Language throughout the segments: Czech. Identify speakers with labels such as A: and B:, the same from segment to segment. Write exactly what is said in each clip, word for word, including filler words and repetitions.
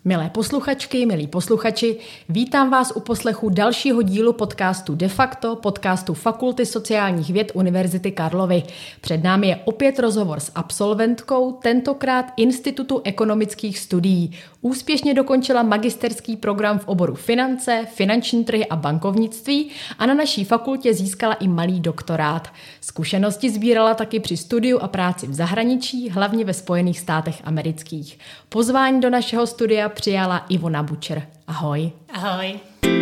A: Milé posluchačky, milí posluchači, vítám vás u poslechu dalšího dílu podcastu De facto, podcastu Fakulty sociálních věd Univerzity Karlovy. Před námi je opět rozhovor s absolventkou, tentokrát Institutu ekonomických studií. Úspěšně dokončila magisterský program v oboru finance, finanční trhy a bankovnictví a na naší fakultě získala i malý doktorát. Zkušenosti sbírala taky při studiu a práci v zahraničí, hlavně ve Spojených státech amerických. Pozvání do našeho studia přijala Ivona Bučer. Ahoj.
B: Ahoj.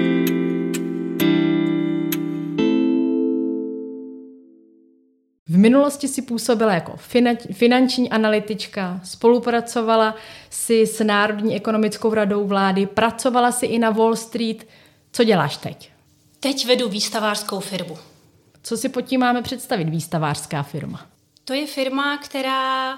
A: V minulosti si působila jako finanční analytička, spolupracovala si s Národní ekonomickou radou vlády, pracovala si i na Wall Street. Co děláš teď?
B: Teď vedu výstavářskou firmu.
A: Co si pod tím máme představit, výstavářská firma?
B: To je firma, která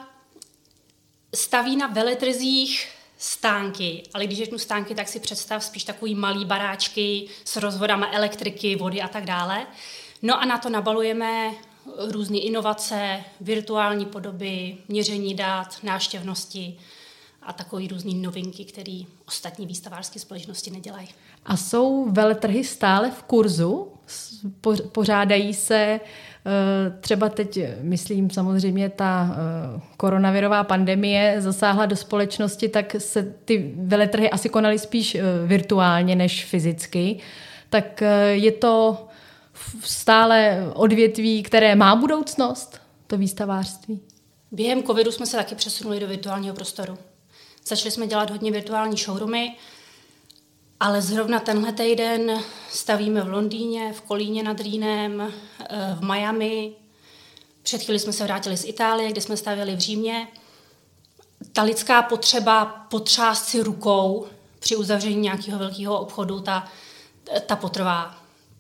B: staví na veletrzích stánky, ale když řeknu stánky, tak si představ spíš takový malý baráčky s rozvodama elektriky, vody a tak dále. No a na to nabalujeme různé inovace, virtuální podoby, měření dat, návštěvnosti a takové různé novinky, které ostatní výstavářské společnosti nedělají.
A: A jsou veletrhy stále v kurzu? Pořádají se třeba teď, myslím samozřejmě, ta koronavirová pandemie zasáhla do společnosti, tak se ty veletrhy asi konaly spíš virtuálně než fyzicky. Tak je to stále odvětví, které má budoucnost, to výstavářství?
B: Během covidu jsme se taky přesunuli do virtuálního prostoru. Začali jsme dělat hodně virtuální showroomy, ale zrovna tenhle týden stavíme v Londýně, v Kolíně nad Rýnem, v Miami. Před chvíli jsme se vrátili z Itálie, kde jsme stavěli v Římě. Ta lidská potřeba potřást si rukou při uzavření nějakého velkého obchodu, ta, ta potrvá.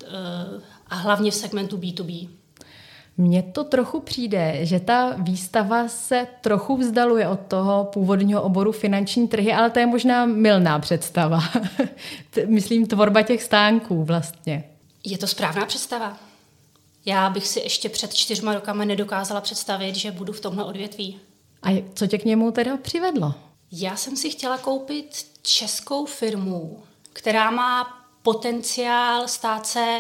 B: A hlavně v segmentu bé dvě bé.
A: Mně to trochu přijde, že ta výstava se trochu vzdaluje od toho původního oboru finanční trhy, ale to je možná mylná představa. Myslím, tvorba těch stánků vlastně.
B: Je to správná představa. Já bych si ještě před čtyřma rokama nedokázala představit, že budu v tomhle odvětví.
A: A co tě k němu teda přivedlo?
B: Já jsem si chtěla koupit českou firmu, která má potenciál stát se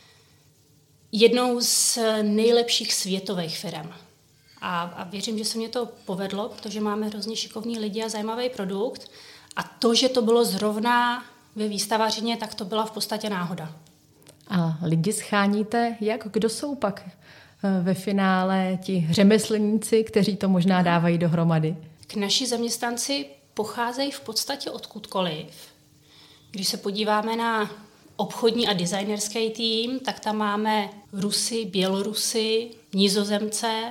B: jednou z nejlepších světových firm. A, a věřím, že se mě to povedlo, protože máme hrozně šikovní lidi a zajímavý produkt. A to, že to bylo zrovna ve výstavařině, tak to byla v podstatě náhoda.
A: A lidi scháníte, jak kdo jsou pak ve finále ti řemeslníci, kteří to možná dávají dohromady?
B: K naši zaměstnanci pocházejí v podstatě odkudkoliv. Když se podíváme na obchodní a designerský tým, tak tam máme Rusy, Bělorusy, Nizozemce,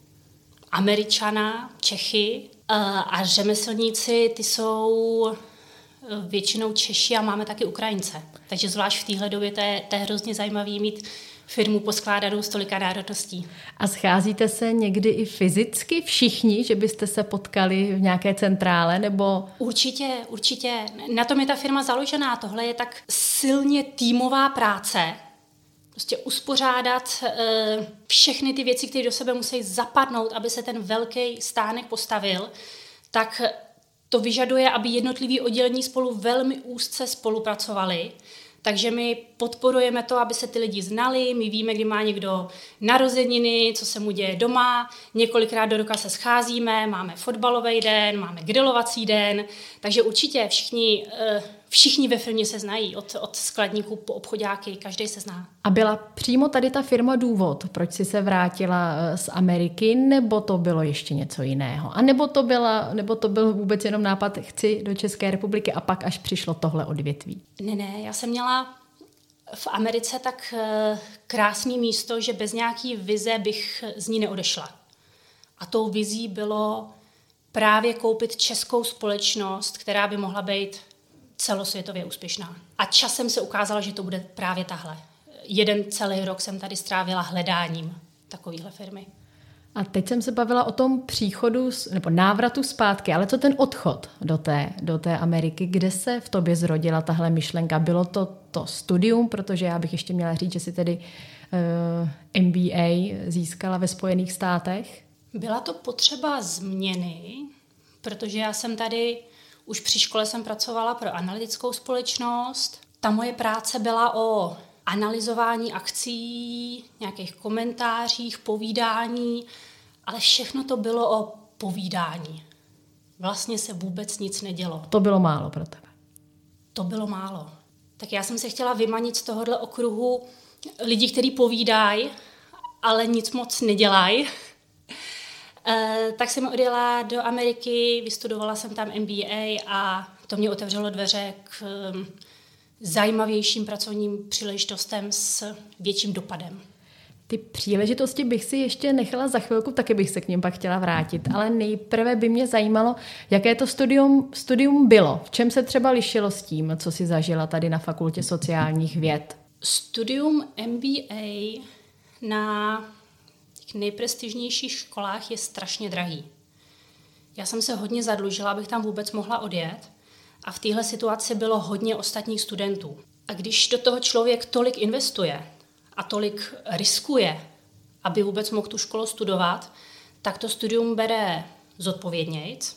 B: Američana, Čechy a řemeslníci, ty jsou většinou Češi a máme taky Ukrajince. Takže zvlášť v téhle době to je, to je hrozně zajímavý mít firmu poskládanou z tolika národností.
A: A scházíte se někdy i fyzicky všichni, že byste se potkali v nějaké centrále, nebo?
B: Určitě, určitě. Na tom je ta firma založená. Tohle je tak silně týmová práce. Prostě uspořádat e, všechny ty věci, které do sebe musí zapadnout, aby se ten velký stánek postavil, tak to vyžaduje, aby jednotliví oddělení spolu velmi úzce spolupracovali. Takže my podporujeme to, aby se ty lidi znali, my víme, kdy má někdo narozeniny, co se mu děje doma, několikrát do roka se scházíme, máme fotbalový den, máme grilovací den, takže určitě všichni, všichni ve firmě se znají, od, od skladníků po obchodáky, každý se zná.
A: A byla přímo tady ta firma důvod, proč jsi se vrátila z Ameriky, nebo to bylo ještě něco jiného? A nebo to, byla, nebo to byl vůbec jenom nápad, chci do České republiky a pak až přišlo tohle odvětví?
B: Ne, ne, já jsem měla v Americe tak krásné místo, že bez nějaký vize bych z ní neodešla. A tou vizí bylo právě koupit českou společnost, která by mohla být celosvětově úspěšná. A časem se ukázalo, že to bude právě tahle. Jeden celý rok jsem tady strávila hledáním takovéhle firmy.
A: A teď jsem se bavila o tom příchodu nebo návratu zpátky, ale co ten odchod do té, do té Ameriky, kde se v tobě zrodila tahle myšlenka? Bylo to to studium, protože já bych ještě měla říct, že si tedy uh, M B A získala ve Spojených státech?
B: Byla to potřeba změny, protože já jsem tady Už při škole jsem pracovala pro analytickou společnost. Ta moje práce byla o analyzování akcí, nějakých komentářích, povídání, ale všechno to bylo o povídání. Vlastně se vůbec nic nedělo.
A: To bylo málo pro tebe.
B: To bylo málo. Tak já jsem se chtěla vymanit z tohohle okruhu lidí, kteří povídají, ale nic moc nedělají. E, tak jsem odjela do Ameriky, vystudovala jsem tam M B A a to mě otevřelo dveře k um, zajímavějším pracovním příležitostem s větším dopadem.
A: Ty příležitosti bych si ještě nechala za chvilku, taky bych se k nim pak chtěla vrátit, ale nejprve by mě zajímalo, jaké to studium, studium bylo. V čem se třeba lišilo s tím, co jsi zažila tady na Fakultě sociálních věd?
B: Studium M B A na nejprestižnějších školách je strašně drahý. Já jsem se hodně zadlužila, abych tam vůbec mohla odjet a v téhle situaci bylo hodně ostatních studentů. A když do toho člověk tolik investuje a tolik riskuje, aby vůbec mohl tu školu studovat, tak to studium bere zodpovědnějc.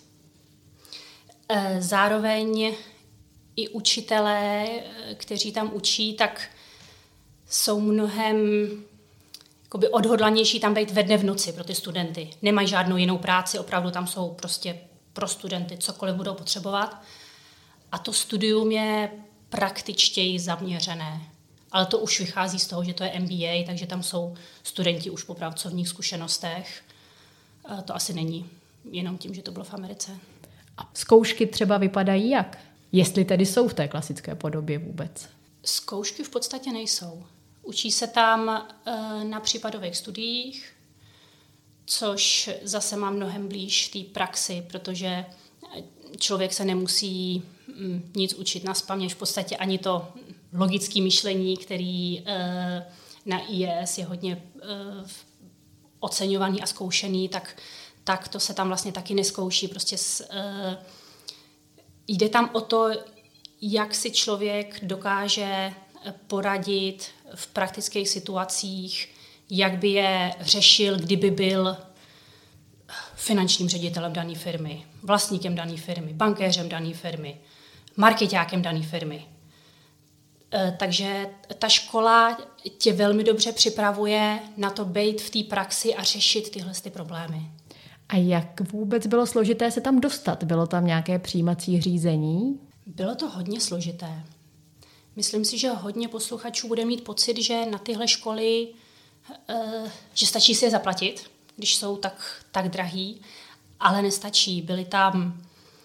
B: Zároveň i učitelé, kteří tam učí, tak jsou mnohem jakoby odhodlanější tam být ve dne v noci pro ty studenty. Nemají žádnou jinou práci, opravdu tam jsou prostě pro studenty, cokoliv budou potřebovat. A to studium je praktičtěji zaměřené. Ale to už vychází z toho, že to je M B A, takže tam jsou studenti už po pracovních zkušenostech. To asi není jenom tím, že to bylo v Americe.
A: A zkoušky třeba vypadají jak? Jestli tedy jsou v té klasické podobě vůbec?
B: Zkoušky v podstatě nejsou. Učí se tam e, na případových studiích, což zase má mnohem blíž té praxi, protože člověk se nemusí m, nic učit nazpaměť, v podstatě ani to logické myšlení, který e, na I E S je hodně e, oceňovaný a zkoušený, tak, tak to se tam vlastně taky neskouší. Prostě s, e, jde tam o to, jak si člověk dokáže poradit v praktických situacích, jak by je řešil, kdyby byl finančním ředitelem dané firmy, vlastníkem dané firmy, bankéřem dané firmy, markeťákem dané firmy. Takže ta škola tě velmi dobře připravuje na to být v té praxi a řešit tyhle ty problémy.
A: A jak vůbec bylo složité se tam dostat? Bylo tam nějaké přijímací řízení?
B: Bylo to hodně složité. Myslím si, že hodně posluchačů bude mít pocit, že na tyhle školy, že stačí si je zaplatit, když jsou tak, tak drahý, ale nestačí. Byly tam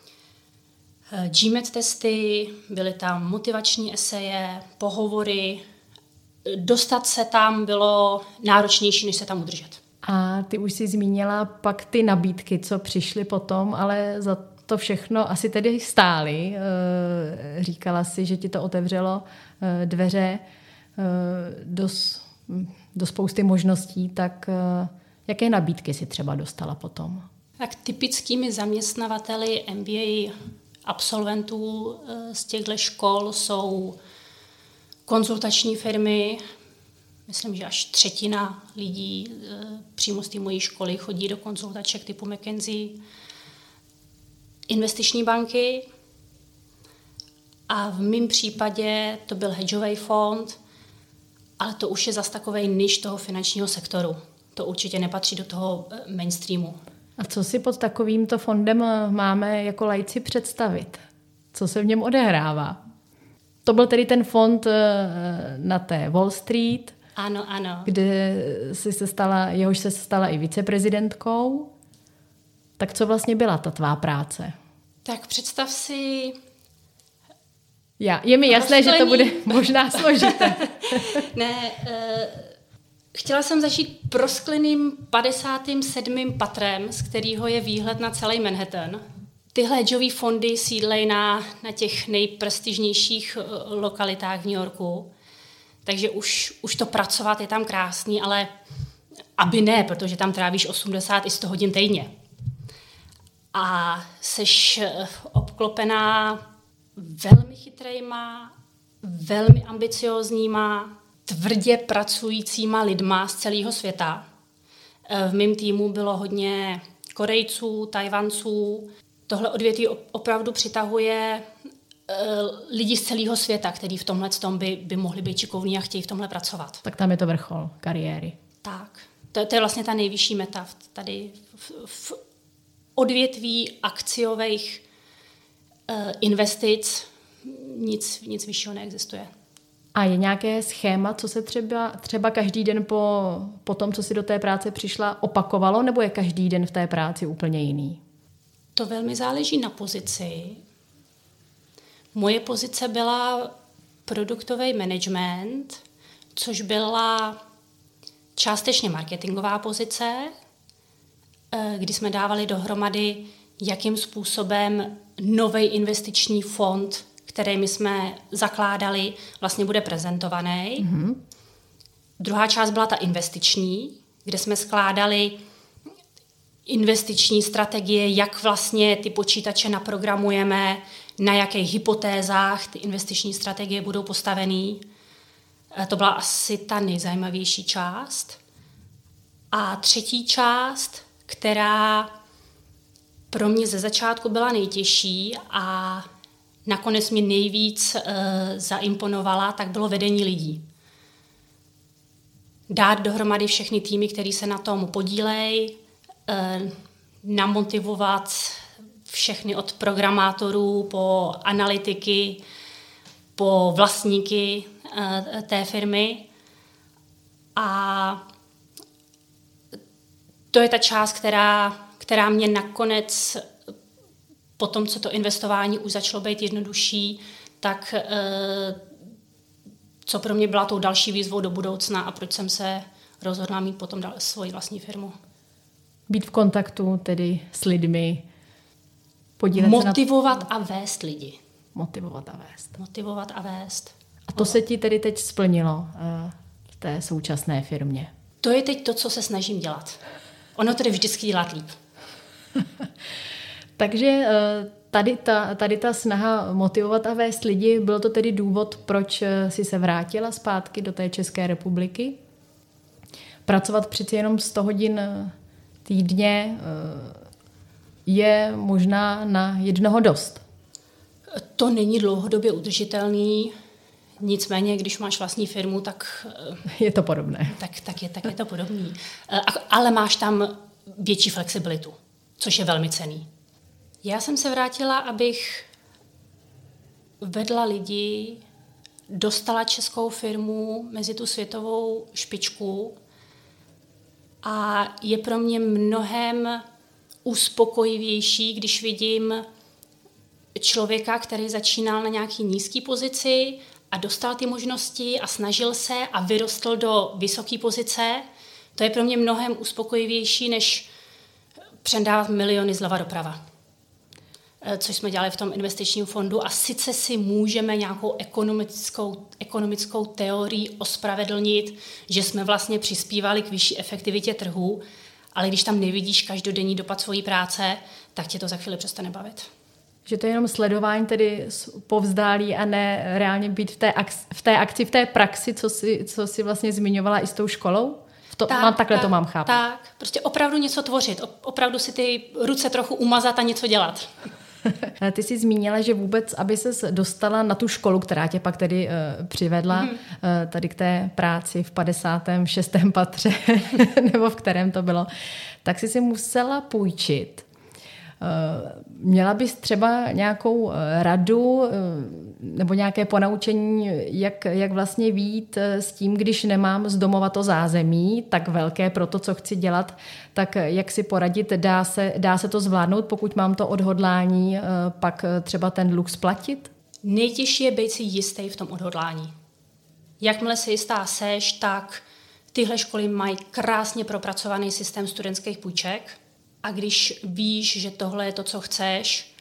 B: G M A T testy, byly tam motivační eseje, pohovory. Dostat se tam bylo náročnější, než se tam udržet.
A: A ty už jsi zmínila pak ty nabídky, co přišly potom, ale za to všechno asi tedy stály. Říkala si, že ti to otevřelo dveře do, do spousty možností, tak jaké nabídky si třeba dostala potom?
B: Tak typickými zaměstnavateli M B A absolventů z těchto škol jsou konzultační firmy. Myslím, že až třetina lidí přímo z té mojí školy chodí do konzultaček typu McKinsey. Investiční banky a v mém případě to byl hedžový fond, ale to už je zas takovej niž toho finančního sektoru. To určitě nepatří do toho mainstreamu.
A: A co si pod takovýmto fondem máme jako laici představit? Co se v něm odehrává? To byl tedy ten fond na té Wall Street,
B: ano, ano.
A: kde jsi se stala, jehož se stala i viceprezidentkou. Tak co vlastně byla ta tvá práce?
B: Tak představ si...
A: Já, je mi jasné, rozdělení... že to bude možná složité.
B: ne, uh, chtěla jsem začít proskleným padesátým sedmým patrem, z kterého je výhled na celý Manhattan. Tyhle hedžové fondy sídlejí na, na těch nejprestižnějších uh, lokalitách v New Yorku. Takže už, už to pracovat je tam krásný, ale aby ne, protože tam trávíš osmdesát i sto hodin týdně. A seš obklopená velmi chytrejma, velmi ambiciózníma, tvrdě pracujícíma lidma z celého světa. V mém týmu bylo hodně Korejců, Tajvanců. tohle odvětví opravdu přitahuje lidi z celého světa, kteří v tomhle tom by, by mohli být šikovní a chtějí v tomhle pracovat.
A: Tak tam je to vrchol kariéry.
B: Tak. To, to je vlastně ta nejvyšší meta tady v, v odvětví akciových uh, investic. Nic, nic vyššího neexistuje.
A: A je nějaké schéma, co se třeba, třeba každý den po, po tom, co si do té práce přišla, opakovalo, nebo je každý den v té práci úplně jiný?
B: To velmi záleží na pozici. Moje pozice byla produktový management, což byla částečně marketingová pozice, kdy jsme dávali dohromady, jakým způsobem nový investiční fond, který my jsme zakládali, vlastně bude prezentovaný. Mm-hmm. Druhá část byla ta investiční, kde jsme skládali investiční strategie, jak vlastně ty počítače naprogramujeme, na jakých hypotézách ty investiční strategie budou postavený. To byla asi ta nejzajímavější část. A třetí část, která pro mě ze začátku byla nejtěžší a nakonec mě nejvíc e, zaimponovala, tak bylo vedení lidí. Dát dohromady všechny týmy, který se na tom podílejí, e, namotivovat všechny od programátorů po analytiky, po vlastníky e, té firmy. A to je ta část, která, která mě nakonec po tom, co to investování už začalo být jednodušší, tak e, co pro mě byla tou další výzvou do budoucna a proč jsem se rozhodla mít potom svoji vlastní firmu.
A: Být v kontaktu tedy s lidmi, podílet
B: Motivovat
A: se na...
B: a vést lidi.
A: Motivovat a vést.
B: Motivovat a vést.
A: A to se ti tedy teď splnilo e, v té současné firmě?
B: To je teď to, co se snažím dělat. Ono tedy vždycky dělat líp.
A: Takže tady ta, tady ta snaha motivovat a vést lidi, byl to tedy důvod, proč jsi se vrátila zpátky do té České republiky? Pracovat přeci jenom sto hodin týdně je možná na jednoho dost.
B: To není dlouhodobě udržitelný, nicméně, když máš vlastní firmu, tak
A: je to podobné.
B: Tak, tak, je, tak je to podobný. Ale máš tam větší flexibilitu, což je velmi cenný. Já jsem se vrátila, abych vedla lidi, dostala českou firmu mezi tu světovou špičku a je pro mě mnohem uspokojivější, když vidím člověka, který začínal na nějaký nízký pozici a dostal ty možnosti a snažil se a vyrostl do vysoké pozice. To je pro mě mnohem uspokojivější, než předávat miliony zleva doprava. Což jsme dělali v tom investičním fondu a sice si můžeme nějakou ekonomickou, ekonomickou teorii ospravedlnit, že jsme vlastně přispívali k vyšší efektivitě trhu, ale když tam nevidíš každodenní dopad svojí práce, tak tě to za chvíli přestane bavit.
A: Že to je jenom sledování tedy povzdálí a ne reálně být v té, akci, v té akci, v té praxi, co si, co si vlastně zmiňovala i s tou školou? To, tak, mám, takhle
B: tak,
A: to mám chápat.
B: Tak, prostě opravdu něco tvořit, opravdu si ty ruce trochu umazat a něco dělat.
A: Ty jsi zmínila, že vůbec, aby ses dostala na tu školu, která tě pak tedy uh, přivedla mm. uh, tady k té práci v padesátém šestém patře, nebo v kterém to bylo, tak jsi si musela půjčit. Měla bys třeba nějakou radu nebo nějaké ponaučení, jak, jak vlastně vyjít s tím, když nemám z domova to zázemí tak velké pro to, co chci dělat, tak jak si poradit, dá se, dá se to zvládnout, pokud mám to odhodlání, pak třeba ten dluh splatit?
B: Nejtěžší je být si jistý v tom odhodlání. Jakmile si jistá seš, tak tyhle školy mají krásně propracovaný systém studentských půjček. A když víš, že tohle je to, co chceš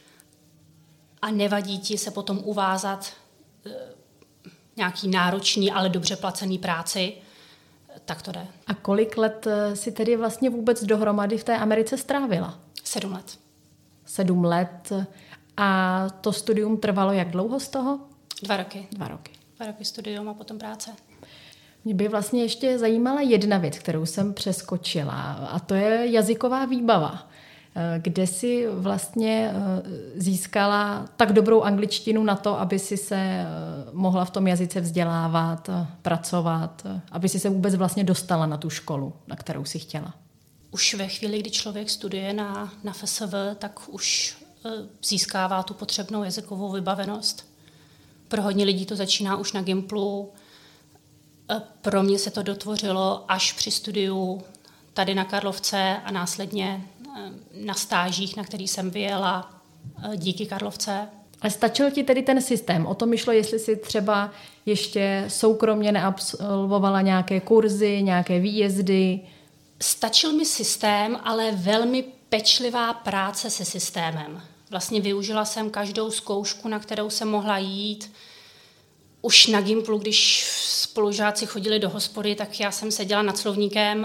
B: a nevadí ti se potom uvázat e, nějaký náročný, ale dobře placený práci, tak to jde.
A: A kolik let si tedy vlastně vůbec dohromady v té Americe strávila?
B: Sedm let.
A: Sedm let. A to studium trvalo jak dlouho z toho?
B: Dva roky.
A: Dva roky.
B: Dva roky studium a potom práce.
A: Mě by vlastně ještě zajímala jedna věc, kterou jsem přeskočila, a to je jazyková výbava. Kde jsi vlastně získala tak dobrou angličtinu na to, aby si se mohla v tom jazyce vzdělávat, pracovat, aby si se vůbec vlastně dostala na tu školu, na kterou si chtěla?
B: Už ve chvíli, kdy člověk studuje na, na F S V, tak už získává tu potřebnou jazykovou vybavenost. Pro hodně lidí to začíná už na Gimplu. Pro mě se to dotvořilo až při studiu tady na Karlovce a následně na stážích, na který jsem vyjela díky Karlovce.
A: Ale stačil ti tedy ten systém? O tom myšlo, jestli si třeba ještě soukromně neabsolvovala nějaké kurzy, nějaké výjezdy?
B: Stačil mi systém, ale velmi pečlivá práce se systémem. Vlastně využila jsem každou zkoušku, na kterou jsem mohla jít. Už na Gimplu, když spolužáci chodili do hospody, tak já jsem seděla nad slovníkem.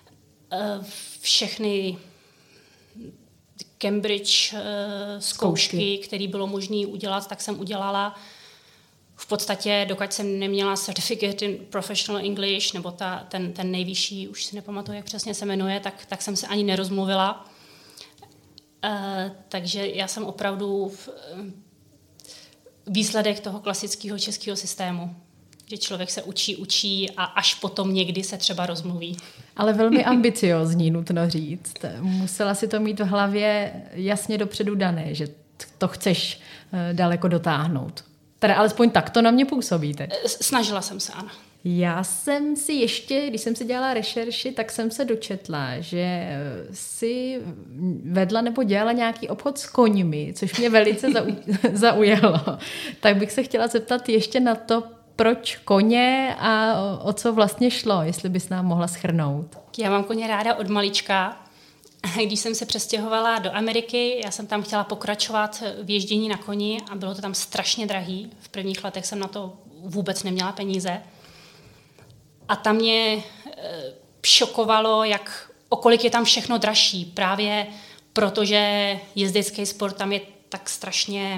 B: Všechny Cambridge zkoušky, které bylo možné udělat, tak jsem udělala. V podstatě, dokud jsem neměla Certificate in Professional English, nebo ta, ten, ten nejvyšší, už si nepamatuju, jak přesně se jmenuje, tak, tak jsem se ani nerozmluvila. Uh, takže já jsem opravdu v, uh, výsledek toho klasického českého systému, že člověk se učí, učí a až potom někdy se třeba rozmluví.
A: Ale velmi ambiciozní, nutno říct. Musela si to mít v hlavě jasně dopředu dané, že to chceš uh, daleko dotáhnout. Teda alespoň tak to na mě působíte.
B: Snažila jsem se, ano.
A: Já jsem si ještě, když jsem si dělala rešerši, tak jsem se dočetla, že si vedla nebo dělala nějaký obchod s koňmi, což mě velice zaujalo. Tak bych se chtěla zeptat ještě na to, proč koně a o co vlastně šlo, jestli bys nám mohla shrnout.
B: Já mám koně ráda od malička. Když jsem se přestěhovala do Ameriky, já jsem tam chtěla pokračovat v ježdění na koni a bylo to tam strašně drahý. V prvních letech jsem na to vůbec neměla peníze. A tam mě šokovalo, jak, o kolik je tam všechno dražší. Právě protože jezdecký sport tam je tak strašně...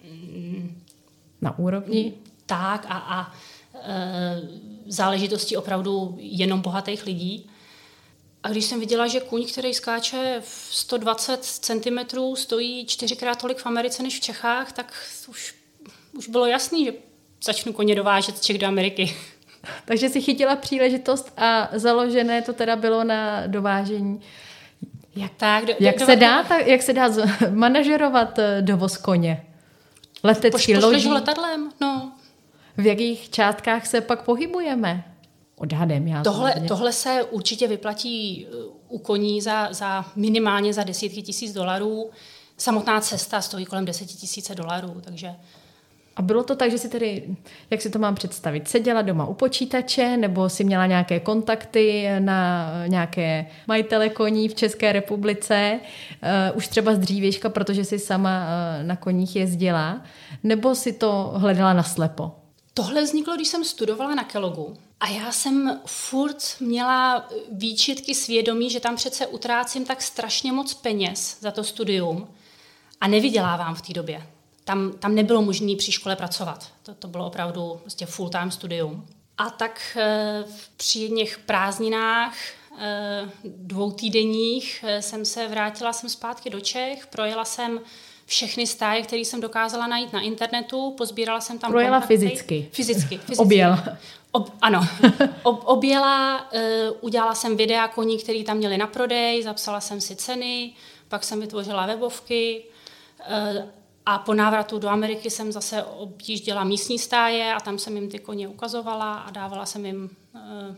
A: Na úrovni?
B: Tak a, a e, záležitosti opravdu jenom bohatých lidí. A když jsem viděla, že kůň, který skáče v sto dvacet centimetrů, stojí čtyřikrát tolik v Americe než v Čechách, tak už, už bylo jasný, že začnu koně dovážet z Čech do Ameriky.
A: Takže si chytila příležitost a založené to teda bylo na dovážení. Jak, tak, do, jak, do, se, dá, tak, jak se dá manažerovat dovoz koně? Letecký lodí?
B: Pošleš letadlem, no.
A: V jakých částkách se pak pohybujeme? Odhadem, já
B: tohle, tohle se určitě vyplatí u koní za, za minimálně za desítky tisíc dolarů. Samotná cesta stojí kolem deseti tisíc dolarů, takže...
A: A bylo to tak, že si tedy, jak si to mám představit, seděla doma u počítače, nebo si měla nějaké kontakty na nějaké majitele koní v České republice, uh, už třeba z dřívějška, protože si sama uh, na koních jezdila, nebo si to hledala naslepo?
B: Tohle vzniklo, když jsem studovala na Kellogu. A já jsem furt měla výčitky svědomí, že tam přece utrácím tak strašně moc peněz za to studium a nevydělávám v té době. Tam, tam nebylo možné při škole pracovat. To, to bylo opravdu prostě full-time studium. A tak e, při jedných prázdninách e, dvoutýdenních e, jsem se vrátila jsem zpátky do Čech, projela jsem všechny stáje, které jsem dokázala najít na internetu, pozbírala jsem tam
A: projela
B: kontakty.
A: fyzicky.
B: Fyzicky. fyzicky.
A: Objela.
B: Ob, ano. Ob, objela, e, udělala jsem videa koní, které tam měly na prodej, zapsala jsem si ceny, pak jsem vytvořila webovky, e, a po návratu do Ameriky jsem zase objížděla místní stáje a tam jsem jim ty koně ukazovala a dávala jsem jim e,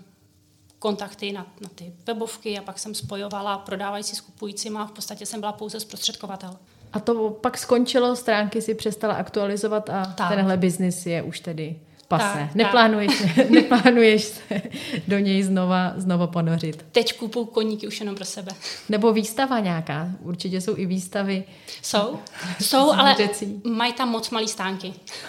B: kontakty na, na ty webovky a pak jsem spojovala prodávající s kupujícíma a v podstatě jsem byla pouze zprostředkovatel.
A: A to pak skončilo, stránky si přestala aktualizovat a tak. Tenhle biznis je už tedy pase. Neplánuješ, neplánuješ se do něj znova, znova ponořit.
B: Teď kupuju koníky už jenom pro sebe.
A: Nebo výstava nějaká. Určitě jsou i výstavy.
B: Jsou, jsou ale mají tam moc malý stánky.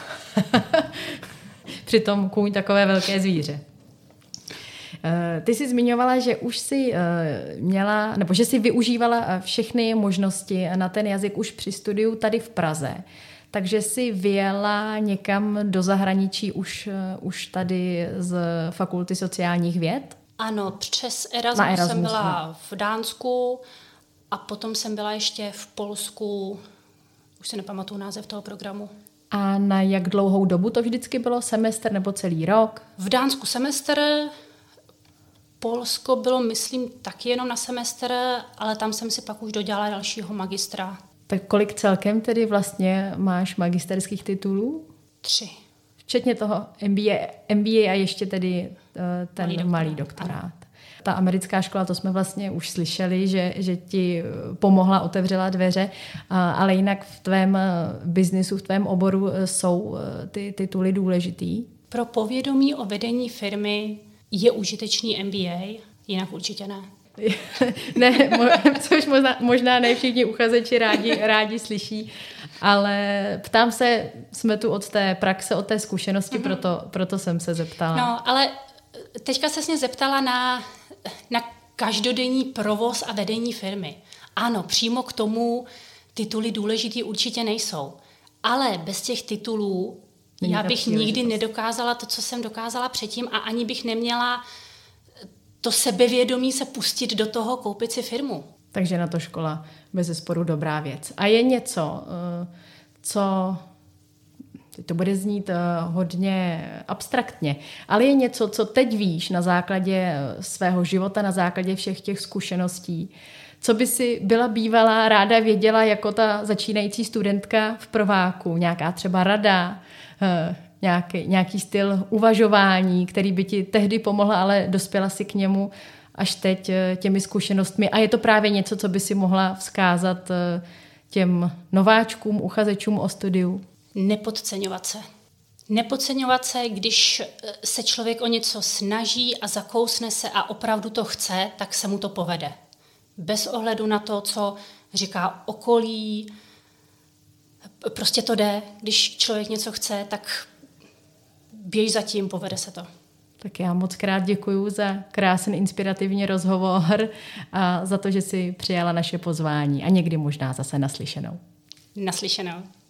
A: Přitom kůň takové velké zvíře. Ty jsi zmiňovala, že už jsi měla, nebo že jsi využívala všechny možnosti na ten jazyk už při studiu tady v Praze. Takže jsi vyjela někam do zahraničí už, už tady z Fakulty sociálních věd?
B: Ano, přes Erasmus, Erasmus jsem byla v Dánsku A potom jsem byla ještě v Polsku, už si nepamatuju název toho programu.
A: A na jak dlouhou dobu to vždycky bylo? Semestr nebo celý rok?
B: V Dánsku semestr, Polsko bylo, myslím, taky jenom na semestr, ale tam jsem si pak už dodělala dalšího magistra.
A: Tak kolik celkem tedy vlastně máš magisterských titulů?
B: Tři.
A: Včetně toho M B A, M B A a ještě tedy uh, ten malý doktorát. Malý doktorát. Ano. Ta americká škola, to jsme vlastně už slyšeli, že, že ti pomohla, otevřela dveře, ale jinak v tvém biznisu, v tvém oboru jsou ty tituly důležitý?
B: Pro povědomí o vedení firmy je užitečný M B A, jinak určitě ne.
A: Ne, což možná, možná ne všichni uchazeči rádi, rádi slyší, ale ptám se, jsme tu od té praxe, od té zkušenosti, mm-hmm. proto, proto jsem se zeptala.
B: No, ale teďka se mě zeptala na, na každodenní provoz a vedení firmy. Ano, přímo k tomu tituly důležitý určitě nejsou, ale bez těch titulů Není já bych nikdy nedokázala to, co jsem dokázala předtím a ani bych neměla to sebevědomí se pustit do toho, koupit si firmu.
A: Takže na to škola bezesporu dobrá věc. A je něco, co, to bude znít hodně abstraktně, ale je něco, co teď víš na základě svého života, na základě všech těch zkušeností, co by si byla bývalá ráda věděla jako ta začínající studentka v prváku, nějaká třeba rada, nějaký, nějaký styl uvažování, který by ti tehdy pomohl, ale dospěla si k němu až teď těmi zkušenostmi. A je to právě něco, co by si mohla vzkázat těm nováčkům, uchazečům o studiu?
B: Nepodceňovat se. Nepodceňovat se, když se člověk o něco snaží a zakousne se a opravdu to chce, tak se mu to povede. Bez ohledu na to, co říká okolí, prostě to jde. Když člověk něco chce, tak běž za tím, povede se to.
A: Tak já moc krát děkuju za krásný inspirativní rozhovor a za to, že jsi přijala naše pozvání a někdy možná zase naslyšenou.
B: Naslyšenou.